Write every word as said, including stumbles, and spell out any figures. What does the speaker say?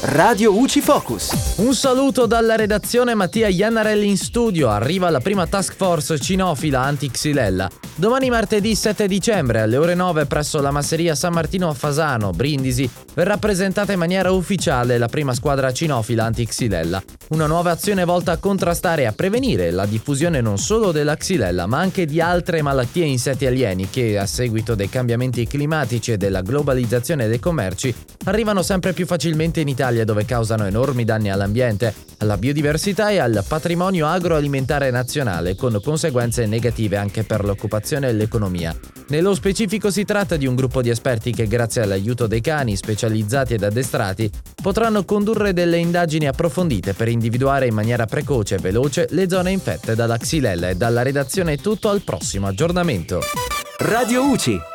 Radio U C I Focus. Un saluto dalla redazione, Mattia Iannarelli in studio. Arriva la prima task force cinofila anti-Xylella. Domani martedì sette dicembre alle ore nove presso la masseria San Martino a Fasano, Brindisi, verrà presentata in maniera ufficiale la prima squadra cinofila anti-Xylella. Una nuova azione volta a contrastare e a prevenire la diffusione non solo della Xylella ma anche di altre malattie e insetti alieni che, a seguito dei cambiamenti climatici e della globalizzazione dei commerci, arrivano sempre più facilmente in Italia, dove causano enormi danni all'ambiente, alla biodiversità e al patrimonio agroalimentare nazionale, con conseguenze negative anche per l'occupazione e l'economia. Nello specifico si tratta di un gruppo di esperti che, grazie all'aiuto dei cani specializzati ed addestrati, potranno condurre delle indagini approfondite per individuare in maniera precoce e veloce le zone infette dalla Xylella. E dalla redazione è tutto, al prossimo aggiornamento. Radio U C I.